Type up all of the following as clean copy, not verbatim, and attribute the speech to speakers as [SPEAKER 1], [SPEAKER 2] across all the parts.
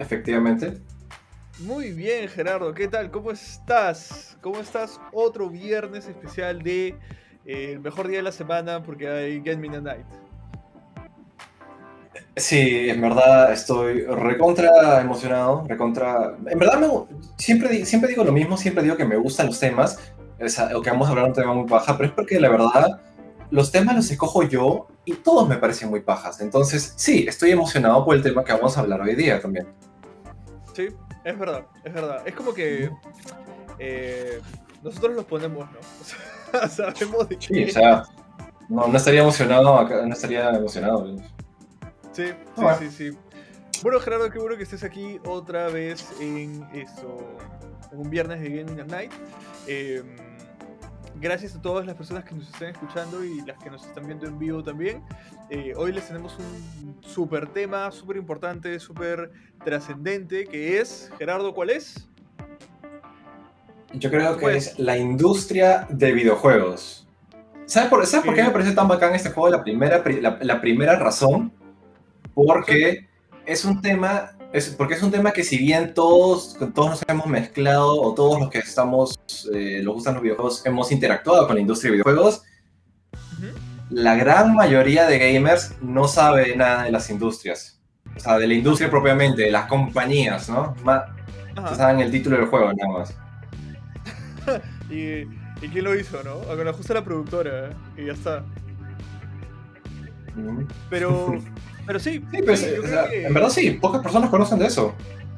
[SPEAKER 1] efectivamente.
[SPEAKER 2] Muy bien, Gerardo, ¿qué tal? ¿Cómo estás? ¿Cómo estás? Otro viernes especial de el mejor día de la semana porque hay Game in the Night.
[SPEAKER 1] Sí, en verdad estoy recontra emocionado, recontra... En verdad siempre digo lo mismo, siempre digo que me gustan los temas, o que vamos a hablar de un tema muy paja, pero es porque la verdad los temas los escojo yo y todos me parecen muy pajas. Entonces, sí, estoy emocionado por el tema que vamos a hablar hoy día también.
[SPEAKER 2] Sí, es verdad, es verdad. Es como que eh, nosotros los ponemos, ¿no? O sea, sabemos de
[SPEAKER 1] Sí, o
[SPEAKER 2] qué.
[SPEAKER 1] sea, no estaría emocionado acá, no estaría emocionado.
[SPEAKER 2] Sí,
[SPEAKER 1] Ah,
[SPEAKER 2] sí,
[SPEAKER 1] bueno.
[SPEAKER 2] sí, sí. Bueno, Gerardo, qué bueno que estés aquí otra vez en eso, en un viernes de Game in the Night. Em, Gracias a todas las personas que nos están escuchando y las que nos están viendo en vivo también. Hoy les tenemos un súper tema, súper importante, súper trascendente, que es, Gerardo, ¿cuál es?
[SPEAKER 1] Yo creo
[SPEAKER 2] Tú
[SPEAKER 1] que
[SPEAKER 2] puedes.
[SPEAKER 1] es la industria de videojuegos. ¿Sabes por qué me
[SPEAKER 2] Que,
[SPEAKER 1] parece tan bacán este juego? La primera razón,
[SPEAKER 2] suelta.
[SPEAKER 1] porque porque es un tema que si bien todos nos hemos mezclado o todos los que nos gustan los videojuegos, hemos interactuado con la industria de videojuegos,
[SPEAKER 2] Ujú.
[SPEAKER 1] la gran mayoría de gamers no sabe nada de las industrias. O sea, de la industria
[SPEAKER 2] Ajá,
[SPEAKER 1] propiamente, de las compañías, ¿no? Se
[SPEAKER 2] ajá.
[SPEAKER 1] saben el título del juego nada más.
[SPEAKER 2] Y, y quién lo hizo, ¿no? Con la justa la productora, y ya está.
[SPEAKER 1] Mm.
[SPEAKER 2] Pero, pero sí,
[SPEAKER 1] Sí, pues,
[SPEAKER 2] sí, yo
[SPEAKER 1] o
[SPEAKER 2] creo
[SPEAKER 1] sea, en verdad
[SPEAKER 2] que.
[SPEAKER 1] sí, pocas personas conocen de eso.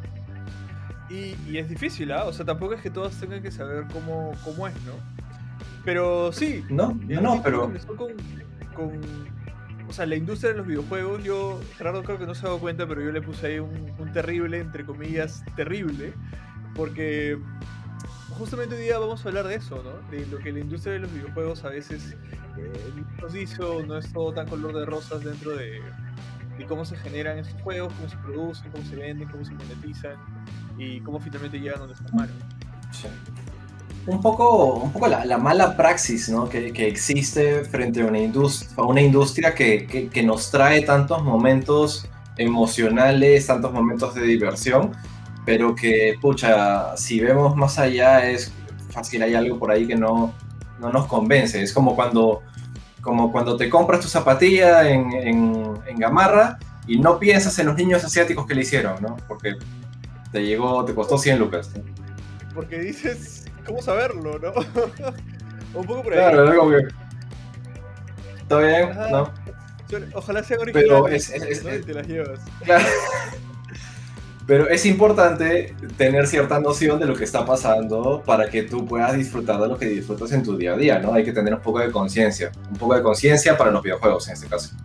[SPEAKER 2] Y es difícil, ¿ah? O sea, tampoco es que todos tengan que saber cómo es, ¿no? Pero sí,
[SPEAKER 1] No, no, no,
[SPEAKER 2] todo
[SPEAKER 1] pero
[SPEAKER 2] comenzó con, o sea, la industria de los videojuegos. Yo, Gerardo creo que no se ha dado cuenta, pero yo le puse ahí un terrible, entre comillas, terrible, porque justamente hoy día vamos a hablar de eso, ¿no? De lo que la industria de los videojuegos a veces nos dice o no es todo tan color de rosas dentro de cómo se generan estos juegos, cómo se producen, cómo se venden, cómo se monetizan y cómo finalmente llegan a nuestras manos.
[SPEAKER 1] sí. Un poco la mala praxis, ¿no? Que existe frente a una industria que nos trae tantos momentos emocionales, tantos momentos de diversión, pero que, pucha, si vemos más allá es fácil, hay algo por ahí que no nos convence. Es como cuando te compras tu zapatilla en Gamarra y no piensas en los niños asiáticos que le hicieron, ¿no? Porque te costó 100 lucas, ¿no?
[SPEAKER 2] Porque dices, ¿cómo saberlo, no? Un poco por ahí.
[SPEAKER 1] Claro, es como que está bien,
[SPEAKER 2] Ajá.
[SPEAKER 1] ¿no?
[SPEAKER 2] Ojalá sean
[SPEAKER 1] Pero
[SPEAKER 2] originales, ¿no? Y te las llevas.
[SPEAKER 1] claro, pero es importante tener cierta noción de lo que está pasando para que tú puedas disfrutar de lo que disfrutas en tu día a día, ¿no? Hay que tener un poco de conciencia para los videojuegos en este caso.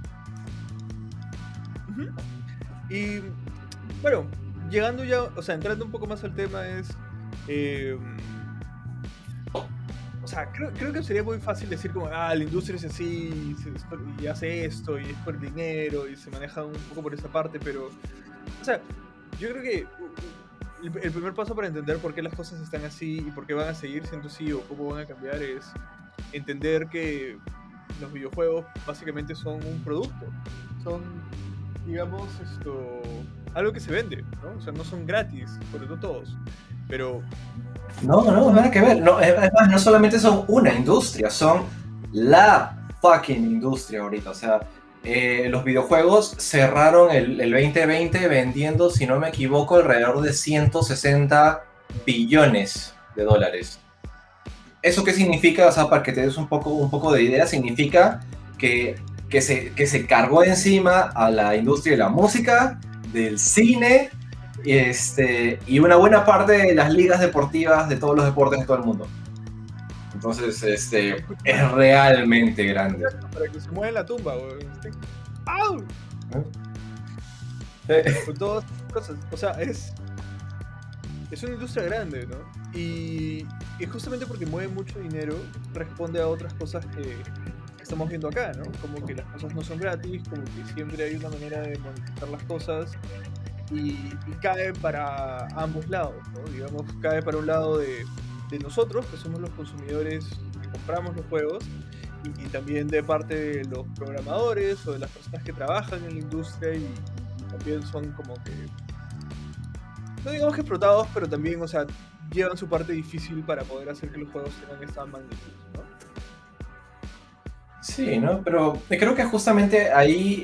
[SPEAKER 2] Ujú. Y bueno, llegando ya, o sea, entrando un poco más al tema es... eh, o sea, creo que sería muy fácil decir como, la industria es así, y hace esto, y es por dinero, y se maneja un poco por esa parte, pero, o sea, yo creo que el primer paso para entender por qué las cosas están así y por qué van a seguir siendo así o cómo van a cambiar es entender que los videojuegos básicamente son un producto, son, digamos, algo que se vende, ¿no? O sea, no son gratis, sobre todo todos, pero
[SPEAKER 1] No,
[SPEAKER 2] vamos a ver.
[SPEAKER 1] nada que ver. No, es más, no solamente son una industria, son la fucking industria ahorita. O sea, los videojuegos cerraron el 2020 vendiendo, si no me equivoco, alrededor de 160 billones de dólares. ¿Eso qué significa? O sea, para que te des un poco de idea, significa que se cargó encima a la industria de la música, del cine, y una buena parte de las ligas deportivas de todos los deportes de todo el mundo. Entonces,
[SPEAKER 2] Escúchame,
[SPEAKER 1] es realmente grande.
[SPEAKER 2] para que se mueva en la tumba, güey. ¡Au!
[SPEAKER 1] ¿Eh?
[SPEAKER 2] Con todas estas cosas. O sea, es una industria grande, ¿no? Y justamente porque mueve mucho dinero, responde a otras cosas que estamos viendo acá, ¿no? Como que las cosas no son gratis, como que siempre hay una manera de monetizar las cosas y cae para ambos lados, ¿no? Digamos, cae para un lado de nosotros, que somos los consumidores que compramos los juegos, y también de parte de los programadores o de las personas que trabajan en la industria y también son como que no digamos que explotados, pero también, o sea, llevan su parte difícil para poder hacer que los juegos tengan esta magnitud, ¿no?
[SPEAKER 1] Sí, ¿no? Pero creo que justamente ahí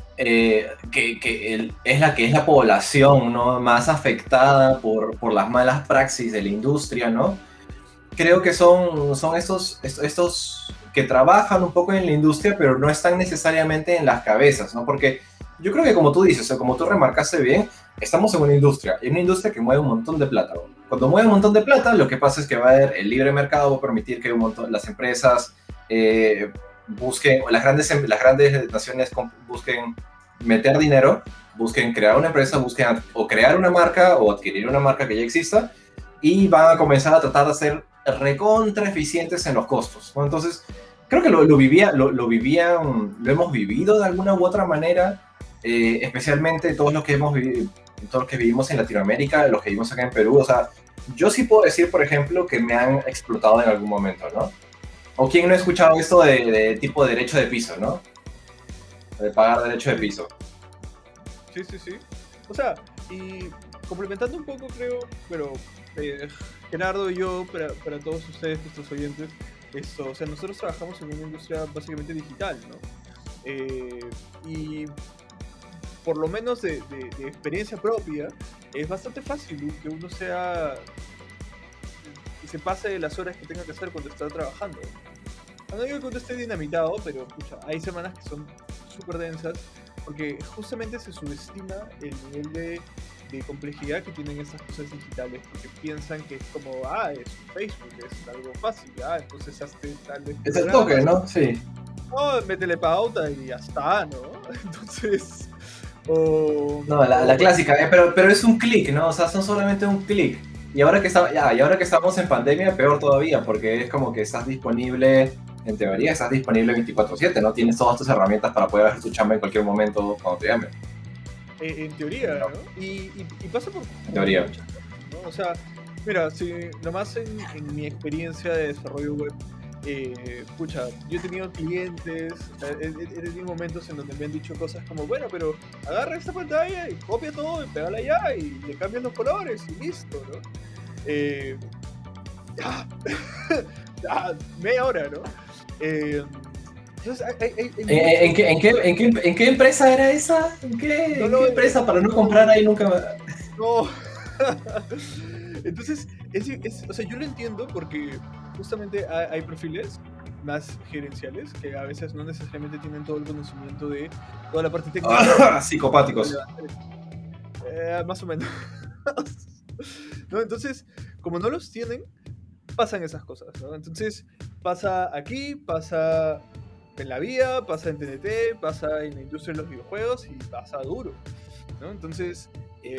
[SPEAKER 1] es la población, ¿no? Más afectada por las malas praxis de la industria, ¿no? Creo que son estos que trabajan un poco en la industria, pero no están necesariamente en las cabezas, ¿no? Porque yo creo que como tú dices, o como tú remarcaste bien, estamos en una industria que mueve un montón de plata, ¿no? Cuando mueve un montón de plata, lo que pasa es que va a haber el libre mercado, va a permitir que las empresas busquen, o las grandes naciones busquen meter dinero, busquen crear una empresa, busquen o crear una marca o adquirir una marca que ya exista, y van a comenzar a tratar de ser recontra eficientes en los costos, ¿no? Entonces, creo que lo hemos vivido de alguna u otra manera, especialmente todos los que hemos vivido, todos los que vivimos en Latinoamérica, los que vivimos acá en Perú. O sea, yo sí puedo decir, por ejemplo, que me han explotado en algún momento, ¿no? O quién no ha escuchado esto de tipo de derecho de piso, ¿no? De pagar derecho de piso.
[SPEAKER 2] Sí, sí, sí. O sea, y complementando un poco, creo, pero Gerardo y yo, para todos ustedes, nuestros oyentes, o sea, nosotros trabajamos en una industria básicamente digital, ¿no? Y por lo menos de experiencia propia, es bastante fácil que uno se pase de las horas que tenga que hacer cuando está trabajando. No digo que uno esté dinamitado, pero pucha, hay semanas que son súper densas, porque justamente se subestima el nivel de complejidad que tienen estas cosas digitales, porque piensan que es como, es Facebook, es algo fácil, entonces hazte tal vez.
[SPEAKER 1] Es el toque, ¿no? Sí.
[SPEAKER 2] No, métele pauta y ya está, ¿no? Entonces...
[SPEAKER 1] No, la clásica, pero es un clic, ¿no? O sea, son solamente un clic. Y ahora que estamos en pandemia, peor todavía, porque es como que estás disponible, en teoría, estás disponible 24/7, ¿no? Tienes todas tus herramientas para poder hacer tu chamba en cualquier momento cuando te llamen.
[SPEAKER 2] En teoría, ¿no? Y pasa por...
[SPEAKER 1] En teoría.
[SPEAKER 2] ¿no? O sea, mira, si nomás en mi experiencia de desarrollo web, pucha, yo he tenido clientes, he tenido momentos en donde me han dicho cosas como, bueno, pero agarra esta pantalla y copia todo y pégala allá y le cambias los colores y listo, ¿no? Media hora, ¿no? Entonces,
[SPEAKER 1] ¿En qué empresa era esa? ¿En qué empresa para no comprar ahí nunca más?
[SPEAKER 2] No. Entonces, o sea, yo lo entiendo porque justamente hay perfiles más gerenciales que a veces no necesariamente tienen todo el conocimiento de toda la parte técnica.
[SPEAKER 1] Psicopáticos.
[SPEAKER 2] Más o menos. ¿No? Entonces, como no los tienen, pasan esas cosas, ¿no? Entonces, pasa aquí, pasa en la vida, pasa en TNT, pasa en la industria de los videojuegos y pasa duro, ¿no? Entonces,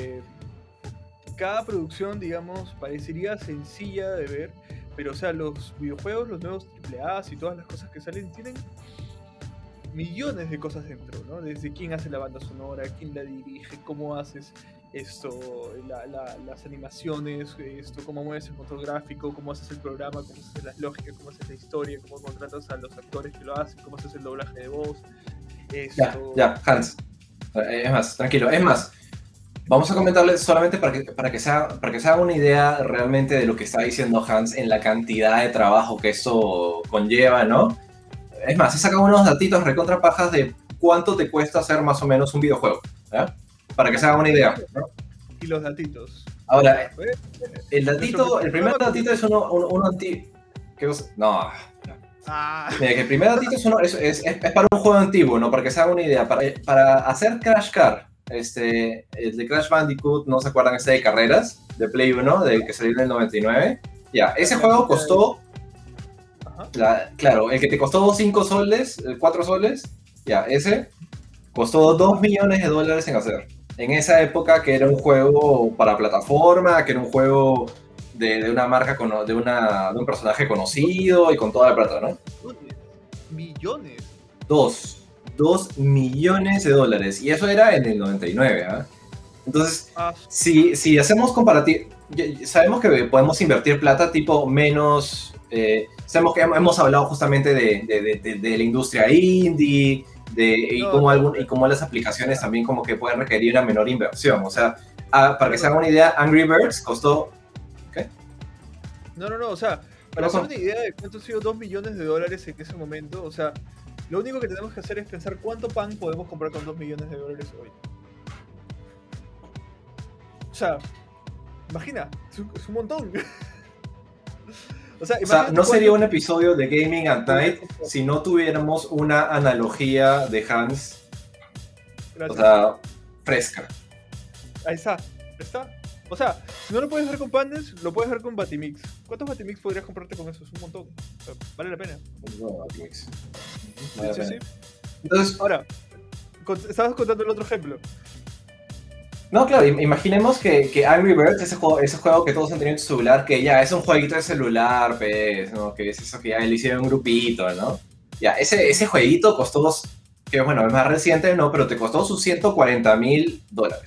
[SPEAKER 2] cada producción, digamos, parecería sencilla de ver, pero, o sea, los videojuegos, los nuevos AAA y todas las cosas que salen tienen millones de cosas dentro, ¿no? Desde quién hace la banda sonora, quién la dirige, cómo haces esto, las animaciones, cómo mueves el motor gráfico, cómo haces el programa, cómo haces las lógicas, cómo haces la historia, cómo contratas a los actores que lo hacen, cómo haces el doblaje de voz.
[SPEAKER 1] Ya, Hans. Es más, tranquilo. Es más, vamos a comentarles solamente para que se haga una idea realmente de lo que está diciendo Hans en la cantidad de trabajo que eso conlleva, ¿no? Es más, he sacado unos datitos recontra pajas de cuánto te cuesta hacer más o menos un videojuego, ¿ya? Para que se haga una idea, ¿no?
[SPEAKER 2] Y los datitos.
[SPEAKER 1] Ahora, el primer datito es uno antiguo. ¿Qué cosa? No. Mira, que el primer datito es para un juego antiguo, ¿no? Para que se haga una idea. Para hacer Crash Car, el de Crash Bandicoot, ¿no se acuerdan? De carreras, de Play 1, que salió en el 99. Ya, ese juego costó... claro, el que te costó 5 soles, 4 soles, ya, ese costó $2 millones en hacer. En esa época, que era un juego para plataforma, que era un juego de una marca, de un personaje conocido y con toda la plata, ¿no?
[SPEAKER 2] ¿Millones?
[SPEAKER 1] 2 millones de dólares. Y eso era en el 99, ¿ah? Entonces, si hacemos comparativo, sabemos que podemos invertir plata tipo menos... sabemos que hemos hablado justamente de la industria indie, y cómo las aplicaciones también como que pueden requerir una menor inversión. O sea, Para que se hagan una idea, Angry Birds costó... ¿Qué?
[SPEAKER 2] No, o sea, para hacer una idea de cuánto ha sido $2 millones en ese momento, o sea, lo único que tenemos que hacer es pensar cuánto pan podemos comprar con $2 millones hoy. O sea, imagina, es un montón. O sea,
[SPEAKER 1] no sería un episodio de Gaming at Night si no tuviéramos una analogía de Hans. Gracias. O sea, fresca.
[SPEAKER 2] Ahí está. O sea, si no lo puedes ver con panes, lo puedes ver con Batimix. ¿Cuántos Batimix podrías comprarte con eso? Es un montón. O sea, vale la pena.
[SPEAKER 1] No, Batimix.
[SPEAKER 2] Sí. Entonces, ahora, estabas contando el otro ejemplo.
[SPEAKER 1] No, claro, imaginemos que Angry Birds, ese juego que todos han tenido en su celular, que ya es un jueguito de celular, pues, ¿no? Que es eso que ya le hicieron un grupito, ¿no? Ya, ese jueguito costó, que bueno, es más reciente, ¿no? Pero te costó sus $140,000.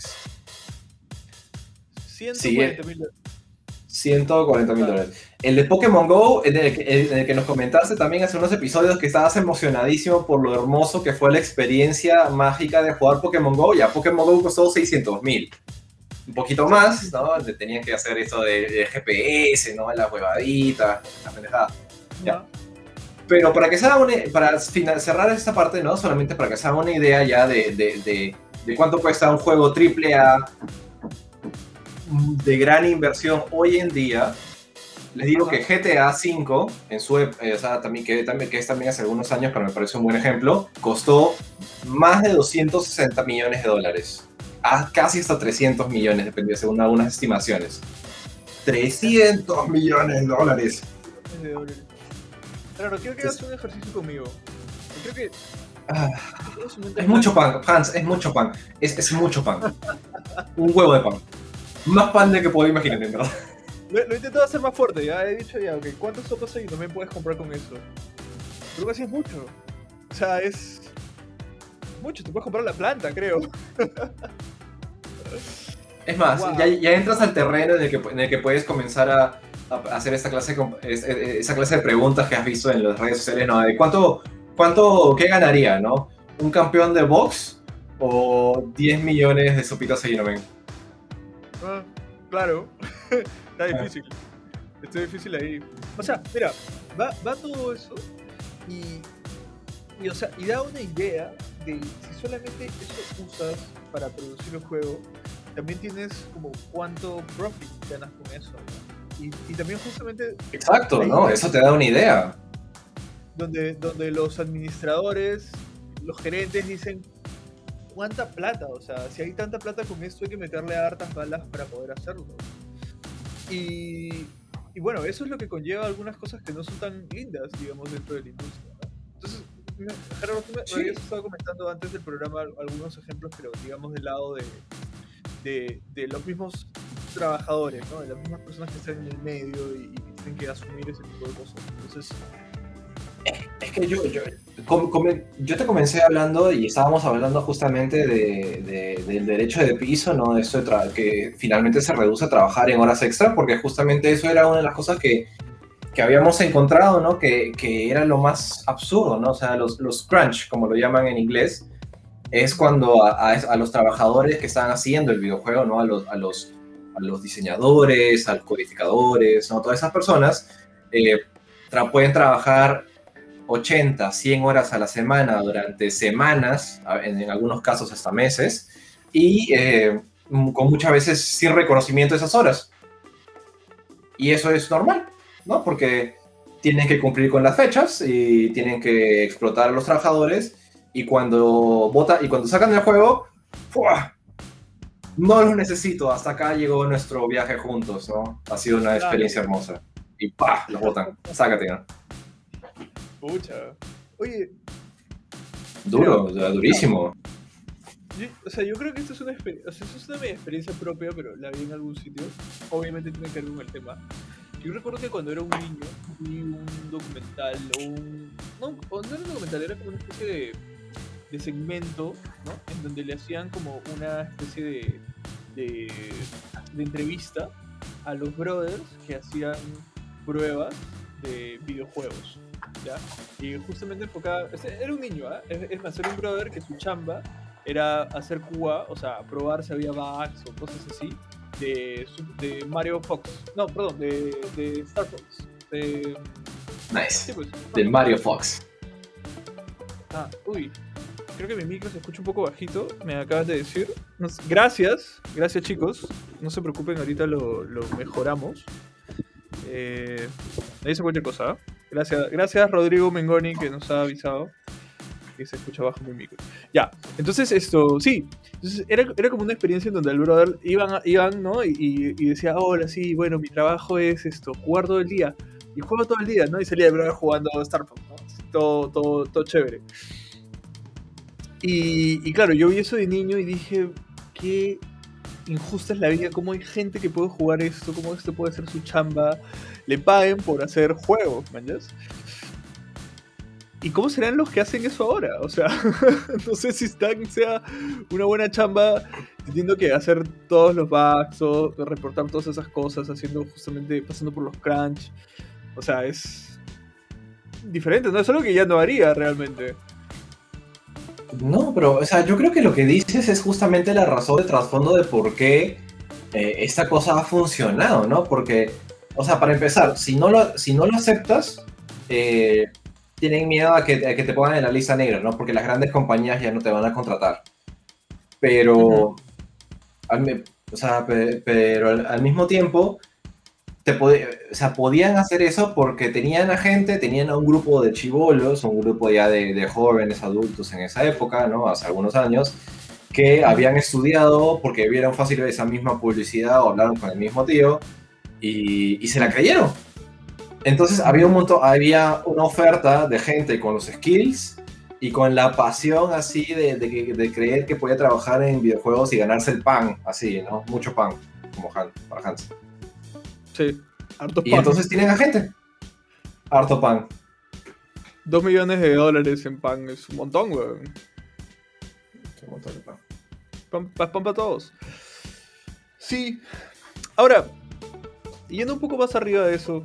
[SPEAKER 2] $140,000.
[SPEAKER 1] $140,000. El de Pokémon GO, en el que nos comentaste también hace unos episodios que estabas emocionadísimo por lo hermoso que fue la experiencia mágica de jugar Pokémon GO. Ya Pokémon GO costó $600,000. Un poquito más, ¿no? Tenían que hacer eso de GPS, ¿no? La huevadita, la pendejada. Ya. Pero para que se haga para cerrar esta parte, ¿no? Solamente para que se haga una idea ya de cuánto cuesta un juego AAA de gran inversión hoy en día. Les digo que GTA V, en su, o sea, que es también hace algunos años, pero me parece un buen ejemplo, costó más de $260 millones. Casi hasta 300 millones, depende, según algunas estimaciones. $300 millones.
[SPEAKER 2] Claro, quiero que hagas un ejercicio conmigo. Creo que...
[SPEAKER 1] es mucho pan, Hans, es mucho pan. Es mucho pan. Un huevo de pan. Más pan de que puedo imaginar, en verdad.
[SPEAKER 2] Lo he intentado hacer más fuerte, ya he dicho ya, ok, ¿cuántos sopas hay? No me puedes comprar con eso. Pero casi es mucho. O sea, es mucho, te puedes comprar la planta, creo.
[SPEAKER 1] Es más, wow. ya entras al terreno en el que puedes comenzar a hacer esa clase de preguntas que has visto en las redes sociales, ¿no? De ¿qué ganaría, no? ¿Un campeón de box o 10 millones de sopitas Seinomen?
[SPEAKER 2] Claro. Está difícil. Está difícil ahí. O sea, mira, va todo eso o sea, y da una idea de si solamente eso usas para producir el juego, también tienes como cuánto profit ganas con eso, ¿no? Y también justamente...
[SPEAKER 1] Exacto, ¿no? Eso te da una idea.
[SPEAKER 2] Donde los administradores, los gerentes dicen, ¿cuánta plata? O sea, si hay tanta plata con esto hay que meterle hartas balas para poder hacerlo. Y bueno, eso es lo que conlleva algunas cosas que no son tan lindas, digamos, dentro de la industria, ¿no? Entonces, Gerardo, tú me habías estado comentando antes del programa algunos ejemplos, pero digamos del lado de los mismos trabajadores, ¿no? De las mismas personas que están en el medio y tienen que asumir ese tipo de cosas. Entonces...
[SPEAKER 1] Es que yo te comencé hablando y estábamos hablando justamente del derecho de piso, ¿no? De esto que finalmente se reduce a trabajar en horas extra, porque justamente eso era una de las cosas que habíamos encontrado, ¿no? Que era lo más absurdo, ¿no? O sea, los crunch, como lo llaman en inglés, es cuando a los trabajadores que están haciendo el videojuego, ¿no? A los diseñadores, a los codificadores, ¿no? Todas esas personas pueden trabajar 80, 100 horas a la semana durante semanas, en algunos casos hasta meses, y con muchas veces sin reconocimiento de esas horas. Y eso es normal, ¿no? Porque tienen que cumplir con las fechas y tienen que explotar a los trabajadores, y cuando sacan el juego, ¡fua! No los necesito, hasta acá llegó nuestro viaje juntos, ¿no? Ha sido una experiencia hermosa. Y ¡pah! Los botan, sácate, ¿no?
[SPEAKER 2] Pucha. Oye.
[SPEAKER 1] Duro, o sea, durísimo.
[SPEAKER 2] Yo creo que esto es una experiencia propia, pero la vi en algún sitio. Obviamente tiene que ver con el tema. Yo recuerdo que cuando era un niño vi un documental, no era un documental, era como una especie de segmento, ¿no? En donde le hacían como una especie de entrevista a los brothers que hacían pruebas de videojuegos, ¿ya? Y justamente enfocada... Era un niño, ¿eh? Es más, era un brother que su chamba era hacer QA, o sea, probar si había bugs o cosas así de Mario Fox. No, perdón, de Star Fox. Sí,
[SPEAKER 1] Nice.
[SPEAKER 2] pues.
[SPEAKER 1] De Mario Fox.
[SPEAKER 2] Uy. Creo que mi micro se escucha un poco bajito, me acabas de decir. Gracias chicos. No se preocupen, ahorita lo mejoramos. Ahí dice cualquier cosa. Gracias Rodrigo Mengoni que nos ha avisado que se escucha bajo mi micro. Ya, entonces sí. Entonces era como una experiencia en donde el brother iban ¿no? Y decía, hola, sí, bueno, mi trabajo es jugar todo el día. Y juego todo el día, ¿no? Y salía el brother jugando Star Fox, ¿no? Todo chévere. Y claro, yo vi eso de niño y dije, qué injusta es la vida, cómo hay gente que puede jugar esto, cómo esto puede ser su chamba, le paguen por hacer juegos, ¿man? ¿Y cómo serán los que hacen eso ahora? O sea, no sé si sea una buena chamba teniendo que hacer todos los bugs, reportar todas esas cosas, pasando por los crunch. O sea, es diferente, ¿no? Es algo que ya no haría realmente.
[SPEAKER 1] No, pero, o sea, yo creo que lo que dices es justamente la razón de trasfondo de por qué esta cosa ha funcionado, ¿no? Porque, o sea, para empezar, si no lo aceptas, tienen miedo a que te pongan en la lista negra, ¿no? Porque las grandes compañías ya no te van a contratar. Pero, pero al mismo tiempo, podían hacer eso porque tenían a un grupo de chibolos, un grupo ya de jóvenes adultos en esa época, ¿no? Hace algunos años, que habían estudiado porque vieron fácil esa misma publicidad o hablaron con el mismo tío y se la creyeron. Entonces había una oferta de gente con los skills y con la pasión así de creer que podía trabajar en videojuegos y ganarse el pan, así, ¿no? Mucho pan, como para Hans.
[SPEAKER 2] Sí, harto pan.
[SPEAKER 1] Y entonces tienen a gente. Harto pan.
[SPEAKER 2] $2 millones en pan es un montón, weón.
[SPEAKER 1] Es un montón de pan.
[SPEAKER 2] Pan para todos. Sí. Ahora, yendo un poco más arriba de eso,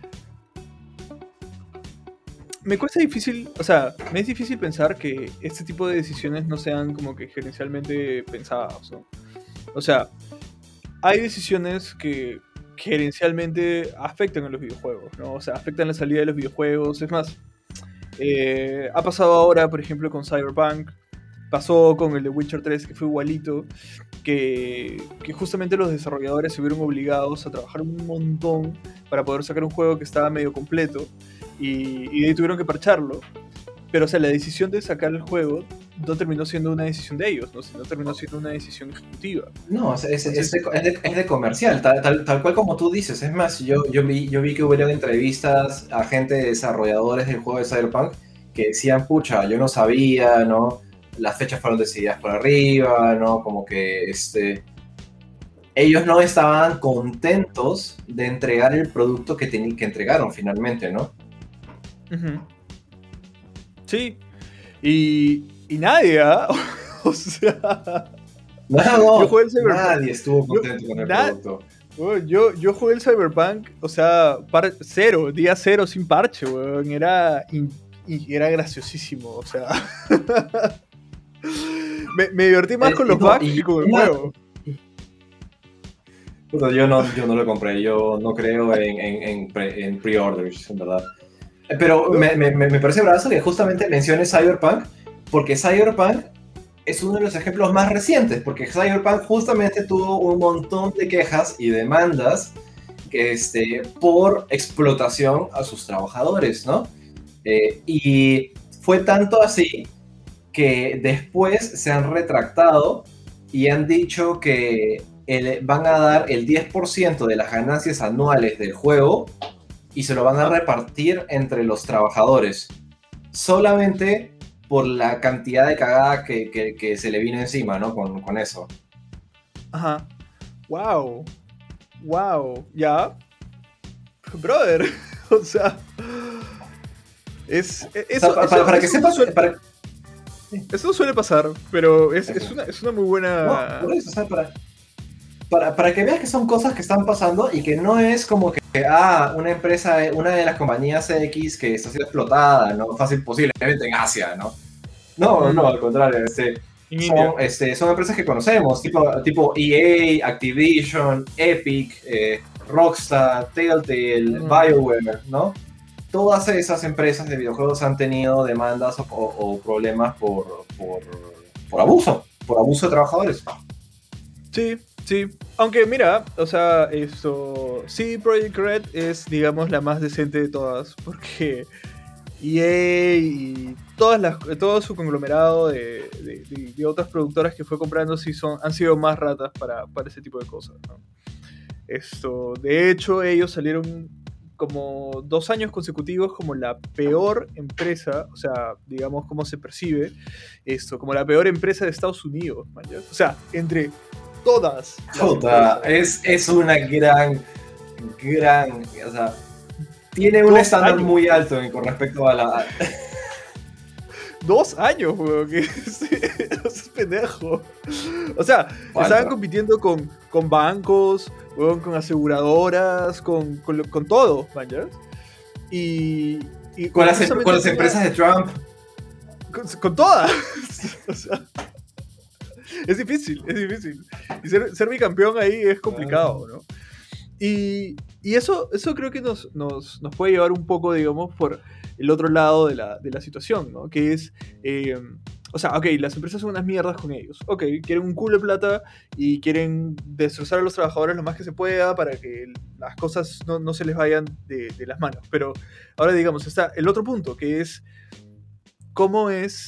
[SPEAKER 2] me es difícil pensar que este tipo de decisiones no sean como que gerencialmente pensadas, ¿no? O sea, hay decisiones que gerencialmente afectan a los videojuegos, ¿no? O sea, afectan la salida de los videojuegos. Es más, ha pasado ahora, por ejemplo, con Cyberpunk. Pasó con el de Witcher 3, que fue igualito. Que justamente los desarrolladores se vieron obligados a trabajar un montón para poder sacar un juego que estaba medio completo. Y de ahí tuvieron que parcharlo. Pero, o sea, la decisión de sacar el juego no terminó siendo una decisión de ellos, ¿no? Sino terminó siendo una decisión ejecutiva.
[SPEAKER 1] No, es de comercial, tal cual como tú dices. Es más, yo vi que hubieron entrevistas a gente de desarrolladores del juego de Cyberpunk que decían, pucha, yo no sabía, ¿no? Las fechas fueron decididas por arriba, ¿no? Como que ellos no estaban contentos de entregar el producto que entregaron finalmente, ¿no?
[SPEAKER 2] Uh-huh. Sí, y nadie, ¿eh? O sea...
[SPEAKER 1] No, nadie estuvo contento con el producto.
[SPEAKER 2] Yo jugué el Cyberpunk, o sea, día cero sin parche, weón. Era graciosísimo, o sea... me divertí más con los bugs que con el juego.
[SPEAKER 1] Yo no lo compré, yo no creo en pre-orders, en verdad. Pero me parece bravazo que justamente menciones Cyberpunk, porque Cyberpunk es uno de los ejemplos más recientes, porque Cyberpunk justamente tuvo un montón de quejas y demandas por explotación a sus trabajadores, ¿no? Y fue tanto así que después se han retractado y han dicho que van a dar el 10% de las ganancias anuales del juego y se lo van a repartir entre los trabajadores, solamente por la cantidad de cagada que se le vino encima, ¿no? Con eso.
[SPEAKER 2] Ajá. Wow, ya. Brother, o sea... Para que sepas... Eso no suele pasar, pero es una muy buena...
[SPEAKER 1] No, por eso, o sea, para que veas que son cosas que están pasando y que no es como que una empresa, una de las compañías X que está siendo explotada, ¿no? Fácil posiblemente en Asia, ¿no? No, al contrario,
[SPEAKER 2] En India.
[SPEAKER 1] son empresas que conocemos, tipo EA, Activision, Epic, Rockstar, Telltale, BioWare, ¿no? Todas esas empresas de videojuegos han tenido demandas o problemas por abuso de trabajadores.
[SPEAKER 2] Sí, sí. Aunque mira, o sea, CD Projekt Red es, digamos, la más decente de todas, porque EA y todo su conglomerado de otras productoras que fue comprando han sido más ratas para ese tipo de cosas, ¿no? De hecho, ellos salieron como 2 años consecutivos como la peor empresa, o sea, digamos cómo se percibe como la peor empresa de Estados Unidos, man, ¿ya? O sea, entre todas las
[SPEAKER 1] es una gran, o sea, tiene un estándar muy alto con respecto a la...
[SPEAKER 2] 2 años, weón, que es pendejo. O sea, estaban compitiendo con bancos, weón, con aseguradoras, con todo, man, ¿ya? Y
[SPEAKER 1] con las empresas de Trump.
[SPEAKER 2] Con todas. O sea, es difícil. Y ser bicampeón ahí es complicado, ¿no? Y eso creo que nos puede llevar un poco, digamos, por el otro lado de la situación, ¿no? Que es, o sea, ok, las empresas son unas mierdas con ellos. Ok, quieren un culo de plata y quieren destrozar a los trabajadores lo más que se pueda para que las cosas no se les vayan de las manos. Pero ahora, digamos, está el otro punto, que es cómo es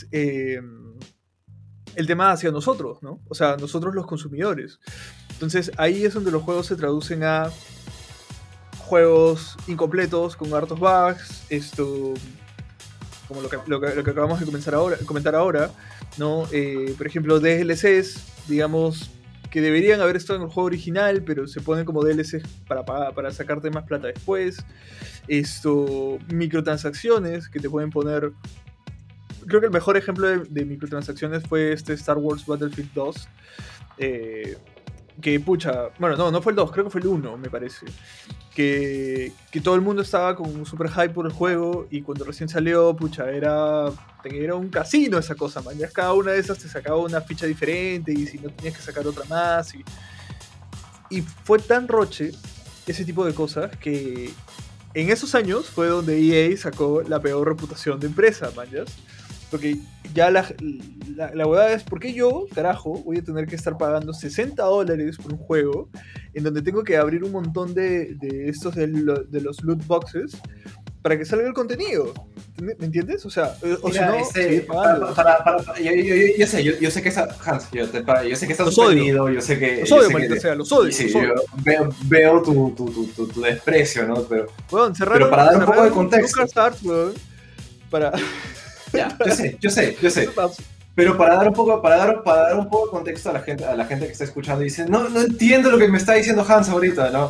[SPEAKER 2] el tema hacia nosotros, ¿no? O sea, nosotros los consumidores. Entonces, ahí es donde los juegos se traducen a juegos incompletos, con hartos bugs, como lo que acabamos de comentar ahora, ¿no? Por ejemplo, DLCs, digamos, que deberían haber estado en el juego original, pero se ponen como DLCs para sacarte más plata después. Microtransacciones que te pueden poner... Creo que el mejor ejemplo de microtransacciones fue Star Wars Battlefield 2, que pucha, bueno, no fue el 2, creo que fue el 1, me parece. Que todo el mundo estaba con super hype por el juego y cuando recién salió, pucha, era un casino esa cosa, man. Ya cada una de esas te sacaba una ficha diferente y si no tenías que sacar otra más. Y fue tan roche ese tipo de cosas que en esos años fue donde EA sacó la peor reputación de empresa, man, ¿ya? Porque ya la huevada es, ¿por qué yo, carajo, voy a tener que estar pagando $60 por un juego en donde tengo que abrir un montón de estos de los loot boxes para que salga el contenido? ¿Me entiendes? O sea, o si no, seguir pagando.
[SPEAKER 1] Yo sé que está, Hans, yo sé que estás suspendido, yo sé que...
[SPEAKER 2] Los odio, maldita sea, los odio.
[SPEAKER 1] Sí, yo veo tu desprecio, ¿no? Pero para dar un poco de contexto...
[SPEAKER 2] LucasArts, weón, para...
[SPEAKER 1] Ya, yo sé. Pero para dar un poco de contexto a la gente que está escuchando y dice, no entiendo lo que me está diciendo Hans ahorita, ¿no?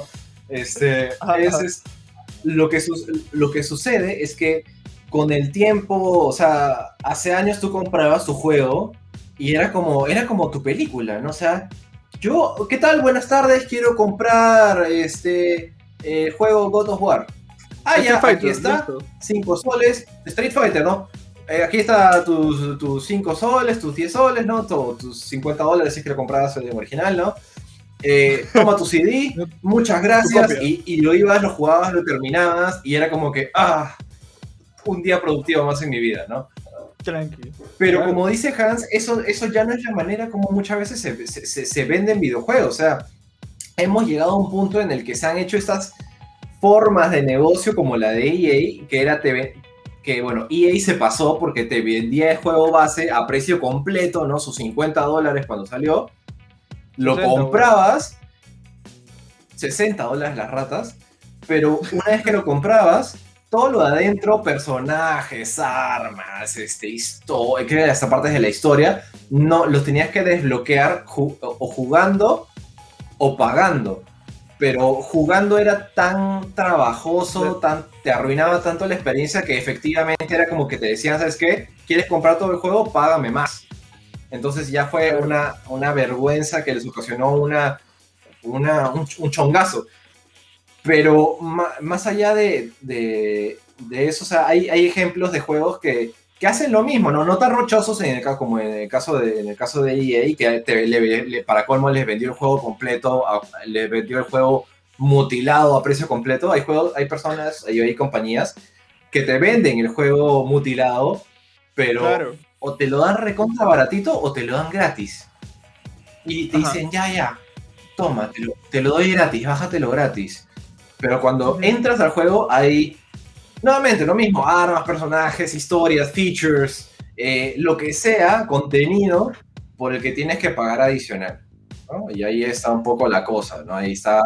[SPEAKER 1] Lo que sucede es que con el tiempo, o sea, hace años tú comprabas tu juego y era como tu película, ¿no? O sea, ¿qué tal? Buenas tardes, quiero comprar el juego God of War. Ya, aquí está, 5 soles, Street Fighter, ¿no? Aquí está tus 5 soles, tus 10 soles, ¿no? Tus $50 si es que lo comprabas el original, ¿no? Toma tu CD, muchas gracias, y lo ibas, lo jugabas, lo terminabas, y era como que, un día productivo más en mi vida, ¿no?
[SPEAKER 2] Tranquilo.
[SPEAKER 1] Pero claro, como dice Hans, eso ya no es la manera como muchas veces se venden videojuegos, o sea, hemos llegado a un punto en el que se han hecho estas formas de negocio como la de EA, que era que bueno, EA se pasó porque te vendía el juego base a precio completo, ¿no? Sus $50 cuando salió. Lo comprabas, $60 las ratas, pero una vez que lo comprabas, todo lo de adentro, personajes, armas, historia, hasta partes de la historia, no, los tenías que desbloquear o jugando o pagando. Pero jugando era tan trabajoso, te arruinaba tanto la experiencia que efectivamente era como que te decían, ¿sabes qué? ¿Quieres comprar todo el juego? Págame más. Entonces ya fue una vergüenza que les ocasionó un chongazo. Pero más allá de eso, o sea, hay ejemplos de juegos que que hacen lo mismo, no tan rochosos como en el caso de EA, que para colmo les vendió el juego completo, les vendió el juego mutilado a precio completo. Hay personas y hay compañías que te venden el juego mutilado, pero
[SPEAKER 2] Claro.
[SPEAKER 1] o te lo dan recontra baratito o te lo dan gratis. Y te
[SPEAKER 2] Ajá.
[SPEAKER 1] dicen, ya, toma, te lo doy gratis, bájatelo gratis. Pero cuando entras al juego hay, nuevamente, lo mismo, armas, personajes, historias, features, lo que sea, contenido por el que tienes que pagar adicional, ¿no? Y ahí está un poco la cosa, ¿no? Ahí está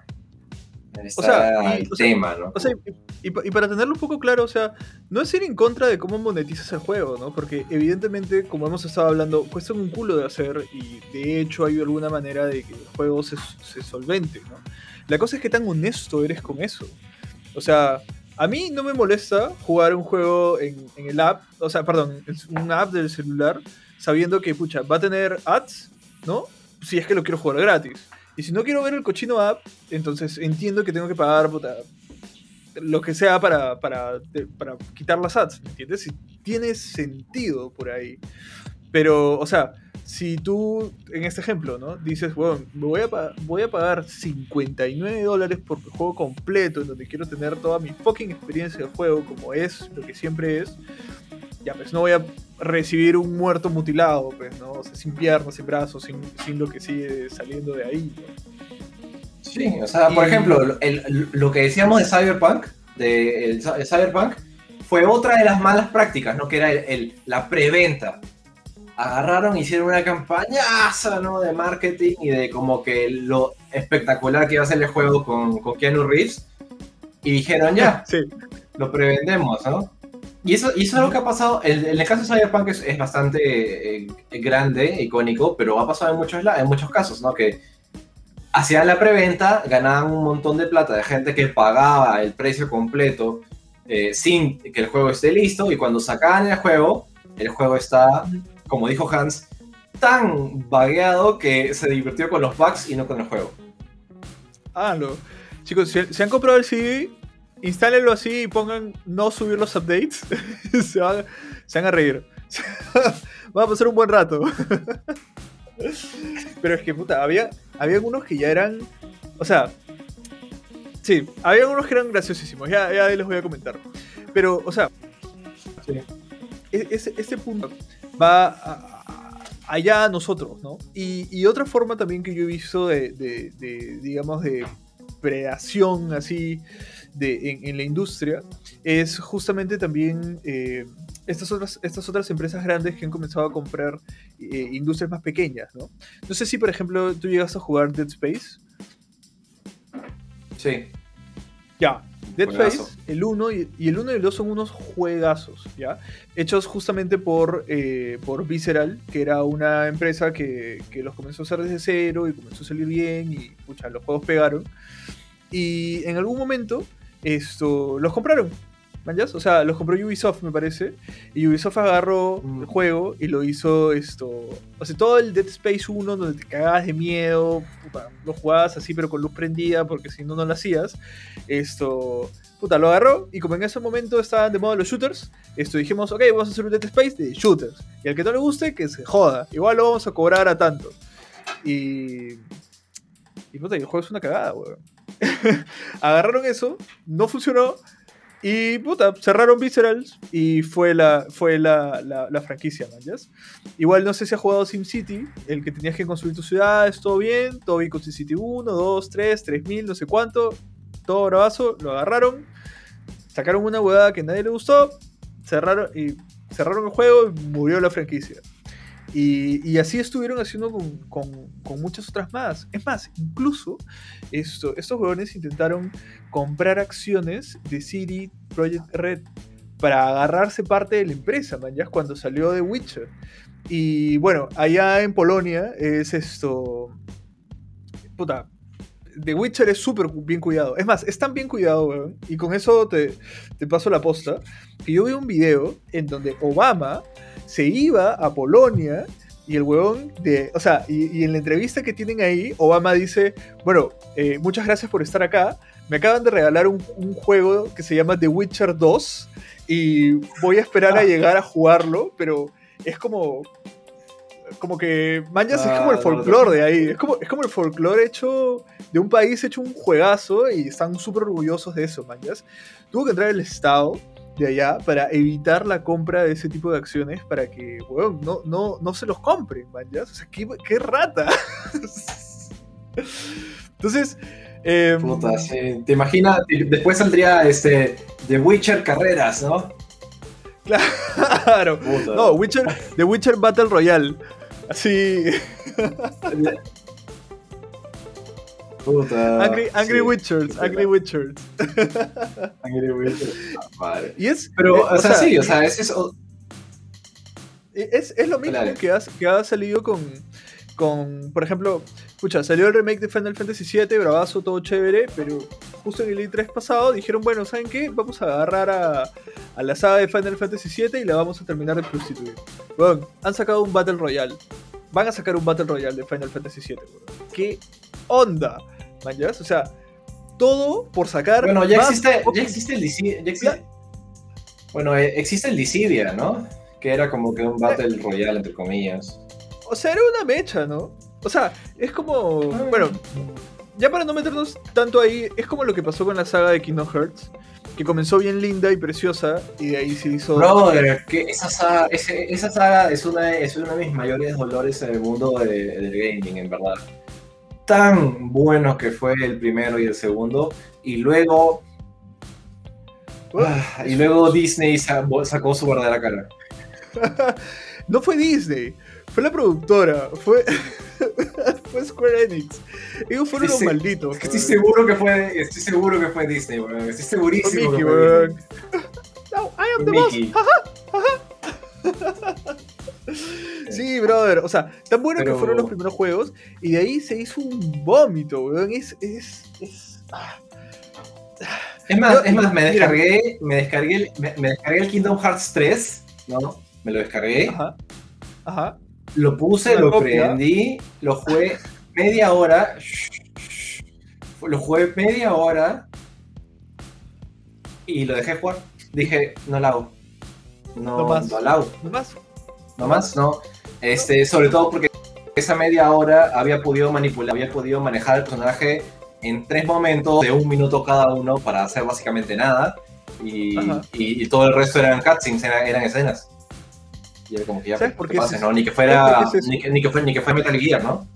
[SPEAKER 2] O sea,
[SPEAKER 1] el tema, ¿no?
[SPEAKER 2] O sea, y para tenerlo un poco claro, o sea, no es ir en contra de cómo monetizas el juego, ¿no? Porque evidentemente, como hemos estado hablando, cuesta un culo de hacer y de hecho hay alguna manera de que el juego se solvente, ¿no? La cosa es que tan honesto eres con eso. O sea, a mí no me molesta jugar un juego en el app, o sea, perdón, en una app del celular, sabiendo que, pucha, va a tener ads, ¿no? Si es que lo quiero jugar gratis. Y si no quiero ver el cochino app, entonces entiendo que tengo que pagar, puta, lo que sea para quitar las ads, ¿me entiendes? Y tiene sentido por ahí. Pero, o sea, si tú, en este ejemplo, ¿no? Dices, bueno, voy a pagar $59 por el juego completo, en donde quiero tener toda mi fucking experiencia del juego, como es, lo que siempre es, ya, pues no voy a recibir un muerto mutilado, pues, ¿no? O sea, sin piernas, sin brazos, sin lo que sigue saliendo de ahí, ¿no?
[SPEAKER 1] Sí, o sea, por ejemplo, lo que decíamos de Cyberpunk, el Cyberpunk, fue otra de las malas prácticas, ¿no? Que era la preventa. Agarraron, hicieron una campañaza, ¿no? De marketing y de como que lo espectacular que iba a ser el juego con Keanu Reeves. Y dijeron, ya,
[SPEAKER 2] sí,
[SPEAKER 1] lo prevendemos, ¿no? Y eso es lo que ha pasado. En el caso de Cyberpunk es bastante grande, icónico, pero ha pasado en muchos casos, ¿no? Que hacían la preventa, ganaban un montón de plata de gente que pagaba el precio completo sin que el juego esté listo, y cuando sacaban el juego está, como dijo Hans, tan bugueado que se divirtió con los bugs y no con el juego.
[SPEAKER 2] Háganlo. Chicos, si han comprado el CD, instálenlo así y pongan no subir los updates. se van a reír. Va a pasar un buen rato. Pero es que, puta, había algunos que ya eran... O sea, sí, había algunos que eran graciosísimos. Ya les voy a comentar. Pero, o sea, sí, este punto va allá a nosotros, ¿no? Y otra forma también que yo he visto digamos, de predación así en la industria es justamente también... estas otras empresas grandes que han comenzado a comprar industrias más pequeñas, ¿no? No sé si, por ejemplo, tú llegas a jugar Dead Space.
[SPEAKER 1] Sí.
[SPEAKER 2] Ya, Dead
[SPEAKER 1] Juegazo.
[SPEAKER 2] Space, el 1 y el 1 y el 2 son unos juegazos, ¿ya? Hechos justamente por Visceral, que era una empresa que los comenzó a hacer desde cero y comenzó a salir bien y, pucha, los juegos pegaron. Y en algún momento los compraron. ¿Manjas? O sea, los compró Ubisoft, me parece. Y Ubisoft agarró el juego y lo hizo O sea, todo el Dead Space 1 donde te cagabas de miedo, puta, lo jugabas así pero con luz prendida porque si no, no lo hacías. Puta, lo agarró y como en ese momento estaban de moda los shooters, dijimos, ok, vamos a hacer un Dead Space de shooters. Y al que no le guste, que se joda. Igual lo vamos a cobrar a tanto. Y puta, y el juego es una cagada, weón. Agarraron eso, no funcionó. Y puta, cerraron Visceral y fue la franquicia, ¿no? Igual no sé si has jugado SimCity, el que tenías que construir tus ciudades, todo bien con SimCity 1, 2, 3, 3000, no sé cuánto, todo bravazo, lo agarraron, sacaron una huevada que a nadie le gustó, cerraron el juego y murió la franquicia. Y así estuvieron haciendo con muchas otras más. Es más, incluso estos huevones intentaron comprar acciones de CD Projekt Red para agarrarse parte de la empresa, man, ya cuando salió The Witcher. Y bueno, allá en Polonia es puta, The Witcher es súper bien cuidado. Es más, es tan bien cuidado, weón. Y con eso te paso la posta. Que yo vi un video en donde Obama se iba a Polonia y el huevón o sea, y en la entrevista que tienen ahí, Obama dice, bueno, muchas gracias por estar acá, me acaban de regalar un juego que se llama The Witcher 2 y voy a esperar a llegar a jugarlo, pero es como que, manjas, es como el folclore de ahí, es como el folclore hecho de un país hecho un juegazo y están súper orgullosos de eso, manjas. Tuvo que entrar el Estado de allá para evitar la compra de ese tipo de acciones para que, weón, no se los compren, manjas. O sea, qué rata. Entonces,
[SPEAKER 1] puta, sí. ¿Te imaginas? Después saldría The Witcher Carreras, ¿no?
[SPEAKER 2] Claro. Puta. No, The Witcher Battle Royale. Así.
[SPEAKER 1] Puta.
[SPEAKER 2] Angry Witchers. Angry Witchers.
[SPEAKER 1] Angry Witchers. Vale.
[SPEAKER 2] Y es.
[SPEAKER 1] Pero, o sea, sí, o sea, es eso.
[SPEAKER 2] Es lo mismo que ha salido con, por ejemplo, escucha, salió el remake de Final Fantasy VII, bravazo, todo chévere, pero justo en el E3 pasado dijeron, bueno, ¿saben qué? Vamos a agarrar a la saga de Final Fantasy VII y la vamos a terminar de prostituir. Bueno, han sacado un Battle Royale. Van a sacar un Battle Royale de Final Fantasy VII, bro. ¿Qué onda? ¿Manjas? O sea, todo por sacar.
[SPEAKER 1] Bueno, ya existe el Dissidia. Bueno, existe el Dissidia, ¿no? Que era como que un Battle Royale, entre comillas.
[SPEAKER 2] O sea, era una mecha, ¿no? O sea, es como... Bueno, ya para no meternos tanto ahí, es como lo que pasó con la saga de Kingdom Hearts, que comenzó bien linda y preciosa, y de ahí se hizo...
[SPEAKER 1] Brother, que esa saga es uno de mis mayores dolores en el mundo del gaming, en verdad. Tan bueno que fue el primero y el segundo, y luego... Disney sacó su verdadera cara.
[SPEAKER 2] No fue Disney, fue la productora, fue Square Enix. Ellos fueron los malditos.
[SPEAKER 1] Es que estoy seguro que fue Disney, weón. Estoy segurísimo
[SPEAKER 2] Mickey,
[SPEAKER 1] que fue Disney.
[SPEAKER 2] No, I am the boss. Sí, brother. O sea, tan bueno que fueron los primeros juegos y de ahí se hizo un vómito, weón. Es
[SPEAKER 1] más, me descargué el Kingdom Hearts 3, ¿no? Me lo descargué.
[SPEAKER 2] Ajá.
[SPEAKER 1] Lo puse, lo prendí, lo jugué media hora. Y lo dejé jugar. Dije, no la hago. No la hago. No más. Sobre todo porque esa media hora había podido manejar el personaje en 3 momentos de 1 minuto cada uno para hacer básicamente nada. Y todo el resto eran cutscenes, eran escenas. Y era como que ya,
[SPEAKER 2] ¿sabes por qué
[SPEAKER 1] pases, ¿no? Ni que fuera Metal Gear, ¿no?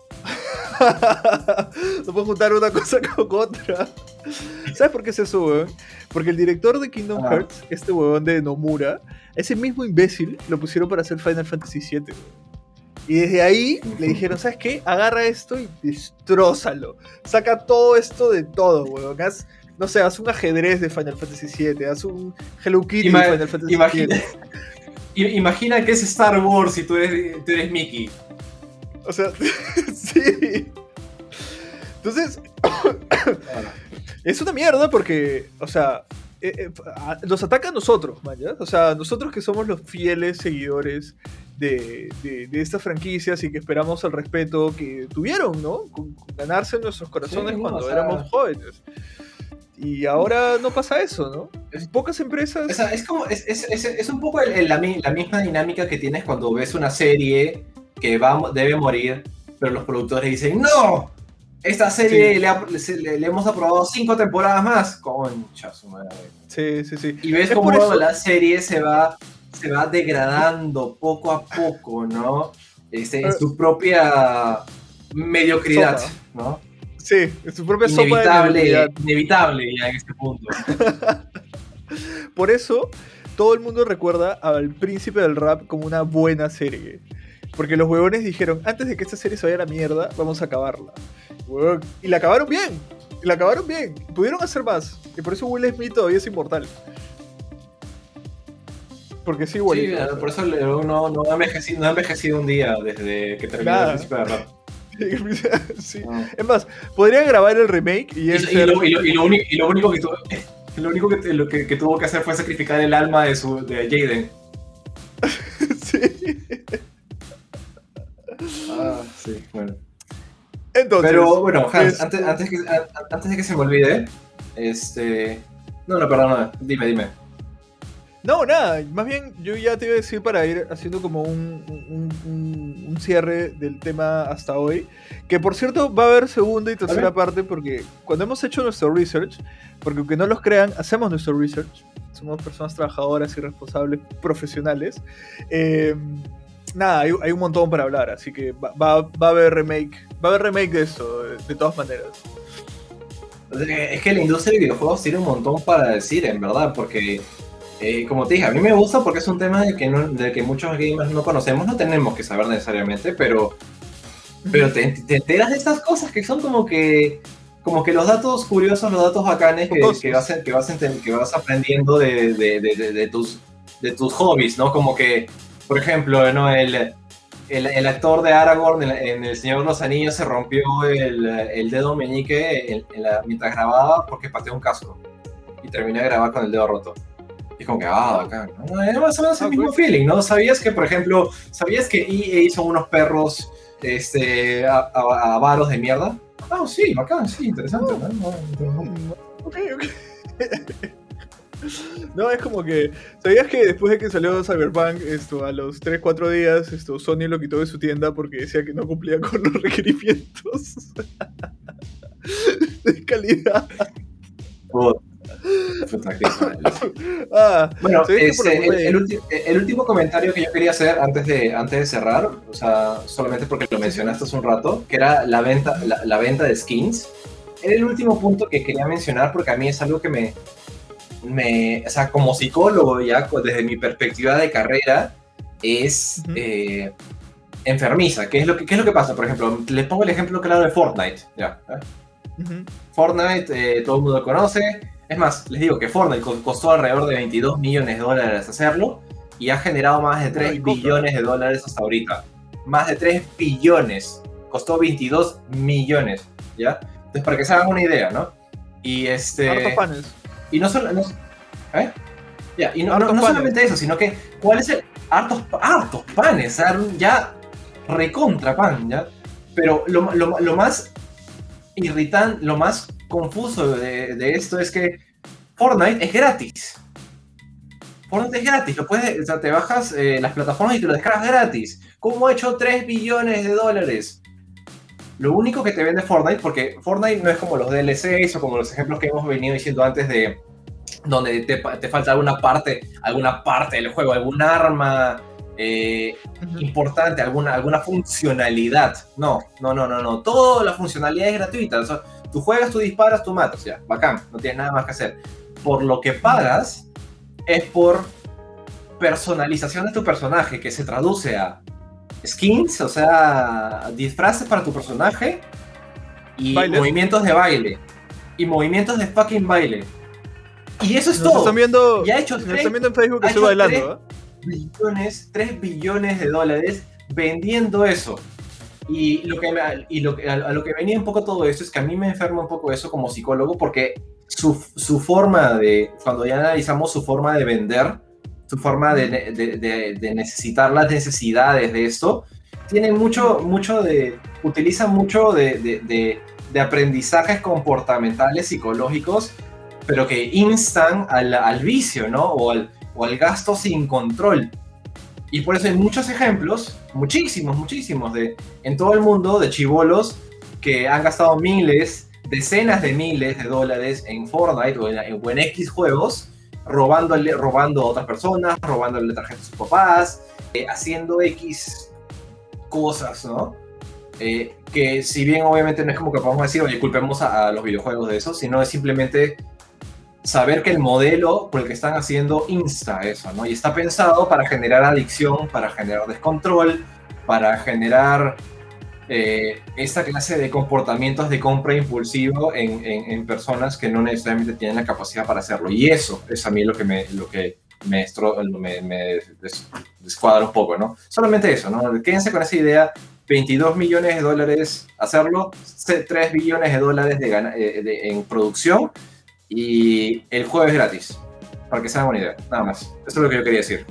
[SPEAKER 2] No puedo juntar una cosa con otra. ¿Sabes por qué es eso, weón? Porque el director de Kingdom Hearts, este huevón de Nomura, ese mismo imbécil lo pusieron para hacer Final Fantasy VII, weón. Y desde ahí le dijeron, ¿sabes qué? Agarra esto y destrózalo. Saca todo esto de todo, weón. Haz un ajedrez de Final Fantasy VII, haz un Hello Kitty de Final Fantasy VII.
[SPEAKER 1] Imagina que es Star Wars y tú eres Mickey.
[SPEAKER 2] O sea, sí. Entonces, es una mierda porque, o sea, nos ataca a nosotros, man, ¿ya? O sea, nosotros que somos los fieles seguidores de estas franquicias y que esperamos el respeto que tuvieron, ¿no? Con ganarse en nuestros corazones cuando éramos jóvenes. Y ahora no pasa eso, ¿no? En pocas empresas...
[SPEAKER 1] O sea, es un poco la misma dinámica que tienes cuando ves una serie que debe morir, pero los productores dicen ¡no! Esta serie le hemos aprobado 5 temporadas más. Concha su madre.
[SPEAKER 2] Sí.
[SPEAKER 1] Y ves cómo la serie se va degradando poco a poco, ¿no? En su propia mediocridad,
[SPEAKER 2] sopa,
[SPEAKER 1] ¿no?
[SPEAKER 2] Sí, en su propia sopa de
[SPEAKER 1] inevitable ya en este punto.
[SPEAKER 2] Por eso, todo el mundo recuerda al Príncipe del Rap como una buena serie. Porque los huevones dijeron, antes de que esta serie se vaya a la mierda, vamos a acabarla. Y la acabaron bien. Pudieron hacer más. Y por eso Will Smith todavía es inmortal. Porque sí, igualito.
[SPEAKER 1] Sí, por eso no ha envejecido un día desde que terminó el Príncipe del Rap.
[SPEAKER 2] Sí. Es más, podrían grabar el remake y
[SPEAKER 1] lo único que tuvo que hacer fue sacrificar el alma de Jaden.
[SPEAKER 2] Sí.
[SPEAKER 1] Sí, bueno.
[SPEAKER 2] Entonces,
[SPEAKER 1] Pero bueno, Hans, antes de que se me olvide, no, perdón, dime.
[SPEAKER 2] no, nada, más bien yo ya te iba a decir para ir haciendo como un cierre del tema hasta hoy, que por cierto va a haber segunda y tercera parte porque cuando hemos hecho nuestro research, porque aunque no los crean, hacemos nuestro research, somos personas trabajadoras y responsables, profesionales, nada, hay un montón para hablar, así que va a haber remake de esto, de todas maneras.
[SPEAKER 1] Es que la industria de videojuegos tiene un montón para decir, en verdad, porque como te dije, a mí me gusta porque es un tema de que muchos gamers no conocemos, no tenemos que saber necesariamente, pero te enteras de estas cosas que son como que los datos curiosos, los datos bacanes que vas aprendiendo de tus hobbies, ¿no? Como que, por ejemplo, ¿no? El actor de Aragorn en El Señor de los Anillos se rompió el dedo meñique mientras grababa porque pateó un casco y terminé de grabar con el dedo roto. Y es como que, bacán, ¿no? Es más o menos el mismo feeling, ¿no? ¿Sabías que, por ejemplo, EA son unos perros avaros de mierda? Sí, bacán, sí, interesante, ¿no?
[SPEAKER 2] Ok. No, es como que, ¿sabías que después de que salió Cyberpunk, a los 3-4 días, Sony lo quitó de su tienda porque decía que no cumplía con los requerimientos de calidad?
[SPEAKER 1] Bueno, el último comentario que yo quería hacer antes de cerrar, o sea, solamente porque lo mencionaste hace un rato, que era la venta de skins, era el último punto que quería mencionar porque a mí es algo que o sea, como psicólogo ya, desde mi perspectiva de carrera, es enfermiza. ¿Qué es lo que pasa? Por ejemplo, les pongo el ejemplo claro de Fortnite. Ya, Fortnite, todo el mundo lo conoce. Es más, les digo que Fortnite costó alrededor de $22 millones hacerlo y ha generado más de 3 billones de dólares hasta ahorita. Más de 3 billones. Costó 22 millones, ¿ya? Entonces, para que se hagan una idea, ¿no? Y
[SPEAKER 2] hartos panes.
[SPEAKER 1] Y no solamente eso, sino que ¿cuál es el hartos panes? Ya recontra pan, ¿ya? Pero lo más irritante, lo más confuso de esto es que Fortnite es gratis. Fortnite es gratis, o sea, te bajas las plataformas y te lo descargas gratis. ¿Cómo ha hecho 3 billones de dólares? Lo único que te vende Fortnite, porque Fortnite no es como los DLCs o como los ejemplos que hemos venido diciendo antes de donde te falta alguna parte del juego, algún arma importante, alguna funcionalidad. No. Toda la funcionalidad es gratuita. O sea, tú juegas, tú disparas, tú matas. Ya, bacán, no tienes nada más que hacer. Por lo que pagas es por personalización de tu personaje, que se traduce a skins, o sea, disfraces para tu personaje y ¿bailes? Movimientos de baile y movimientos de fucking baile. Y eso es todo.
[SPEAKER 2] Están viendo,
[SPEAKER 1] ya están
[SPEAKER 2] viendo en Facebook que estoy bailando.
[SPEAKER 1] 3 billones de dólares vendiendo eso. Y a lo que venía un poco todo esto es que a mí me enferma un poco eso como psicólogo, porque su forma de, cuando ya analizamos su forma de vender, su forma de necesitar las necesidades de esto, tiene utiliza mucho de aprendizajes comportamentales, psicológicos, pero que instan al vicio, ¿no? O al gasto sin control. Y por eso hay muchos ejemplos, muchísimos, en todo el mundo, de chibolos que han gastado decenas de miles de dólares en Fortnite o en X juegos, robando a otras personas, robándole tarjetas a sus papás, haciendo X cosas, ¿no? Que si bien obviamente no es como que podamos decir, oye, culpemos a los videojuegos de eso, sino es simplemente saber que el modelo por el que están haciendo insta eso, ¿no? Y está pensado para generar adicción, para generar descontrol, para generar esta clase de comportamientos de compra impulsivo en personas que no necesariamente tienen la capacidad para hacerlo. Y eso es a mí lo que me descuadra un poco, ¿no? Solamente eso, ¿no? Quédense con esa idea. 22 millones de dólares hacerlo, 3 billones de dólares en producción, y el juego es gratis, para que se hagan una idea, nada más. Eso es lo que yo quería decir.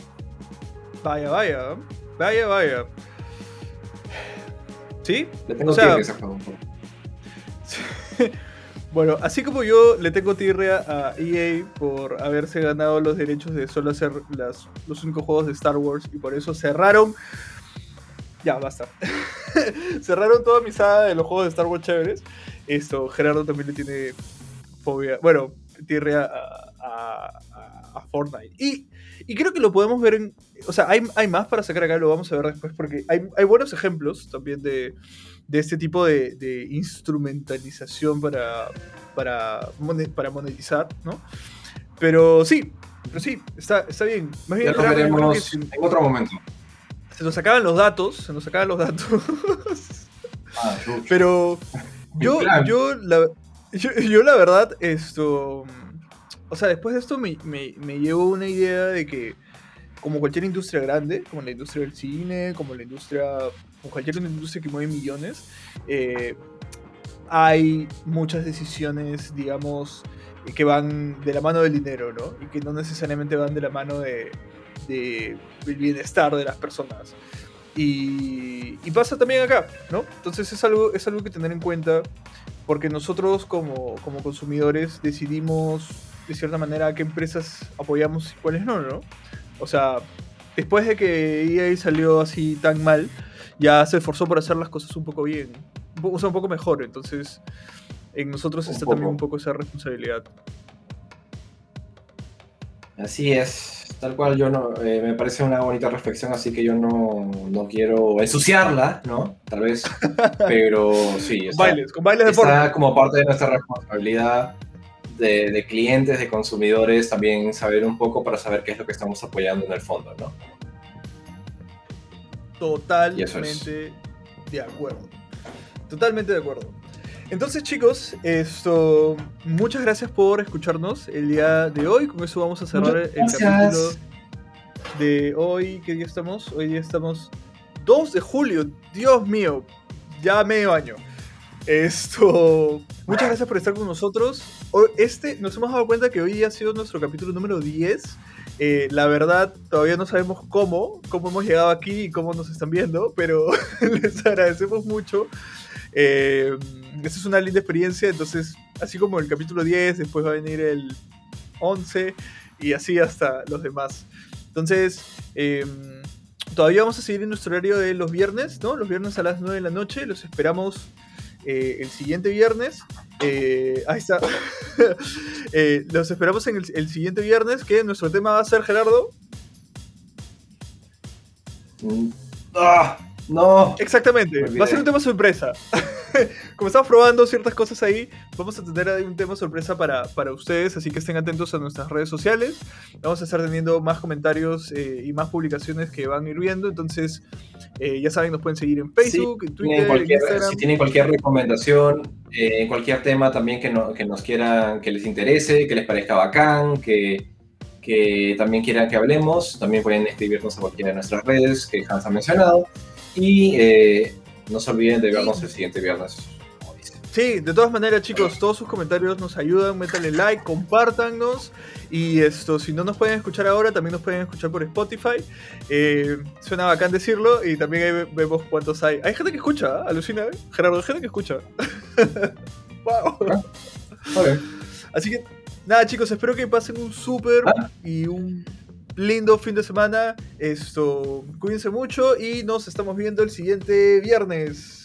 [SPEAKER 2] Vaya. ¿Sí?
[SPEAKER 1] Le tengo tiempo a ese juego un poco.
[SPEAKER 2] Bueno, así como yo le tengo tirria a EA por haberse ganado los derechos de solo hacer los únicos juegos de Star Wars y por eso cerraron. Ya, basta. Cerraron toda mi saga de los juegos de Star Wars chéveres. Gerardo también le tiene fobia. Bueno, tirria a Fortnite. Y creo que lo podemos ver en. O sea, hay más para sacar acá, lo vamos a ver después, porque hay buenos ejemplos también de este tipo de instrumentalización para monetizar, ¿no? Pero sí, está bien. Más bien,
[SPEAKER 1] Ya lo veremos en otro momento.
[SPEAKER 2] Se nos sacaban los datos. Pero yo la verdad, o sea, después de esto me llevo una idea de que, como cualquier industria grande, como la industria del cine, como cualquier industria que mueve millones, hay muchas decisiones, digamos, que van de la mano del dinero, ¿no? Y que no necesariamente van de la mano del bienestar de las personas. Y pasa también acá, ¿no? Entonces es algo que tener en cuenta, porque nosotros como consumidores decidimos de cierta manera a qué empresas apoyamos y cuáles no, ¿no? O sea, después de que EA salió así tan mal, ya se esforzó por hacer las cosas un poco bien, un poco mejor. Entonces, en nosotros está también un poco esa responsabilidad.
[SPEAKER 1] Así es, tal cual. Yo no, me parece una bonita reflexión, así que yo no quiero ensuciarla, ¿no? Tal vez, pero sí,
[SPEAKER 2] con bailes de forma.
[SPEAKER 1] Está como parte de nuestra responsabilidad de clientes, de consumidores, también saber un poco para saber qué es lo que estamos apoyando en el fondo, ¿no?
[SPEAKER 2] Totalmente de acuerdo. Totalmente de acuerdo. Entonces, chicos, muchas gracias por escucharnos el día de hoy. Con eso vamos a cerrar el capítulo de hoy. ¿Qué día estamos? Hoy día estamos 2 de julio. Dios mío, ya medio año. Muchas gracias por estar con nosotros. Nos hemos dado cuenta que hoy ha sido nuestro capítulo número 10. La verdad, todavía no sabemos cómo hemos llegado aquí y cómo nos están viendo, pero les agradecemos mucho. Esta es una linda experiencia. Entonces, así como el capítulo 10, después va a venir el 11 y así hasta los demás. Entonces, todavía vamos a seguir en nuestro horario de los viernes, ¿no? Los viernes a las 9 de la noche. Los esperamos el siguiente viernes. Ahí está. Los esperamos en el siguiente viernes, que nuestro tema va a ser, Gerardo.
[SPEAKER 1] No.
[SPEAKER 2] Exactamente, va a ser un tema sorpresa. Como estamos probando ciertas cosas ahí, vamos a tener ahí un tema sorpresa para ustedes, así que estén atentos a nuestras redes sociales. Vamos a estar teniendo más comentarios y más publicaciones que van a ir viendo. Entonces, ya saben, nos pueden seguir en Facebook, en Twitter, en Instagram.
[SPEAKER 1] Si tienen cualquier recomendación, en cualquier tema también que nos quieran, que les interese, que les parezca bacán, que también quieran que hablemos, también pueden escribirnos a cualquiera de nuestras redes que Hans ha mencionado. Y no se olviden de vernos el siguiente viernes.
[SPEAKER 2] Sí, de todas maneras, chicos, todos sus comentarios nos ayudan. Métanle like, compártanos. Y si no nos pueden escuchar ahora, también nos pueden escuchar por Spotify. Suena bacán decirlo. Y también ahí vemos cuántos hay. Hay gente que escucha, alucina, ¿eh? Gerardo, hay gente que escucha. Wow.
[SPEAKER 1] Okay.
[SPEAKER 2] Así que, nada, chicos, espero que pasen un súper y un lindo fin de semana. Cuídense mucho y nos estamos viendo el siguiente viernes.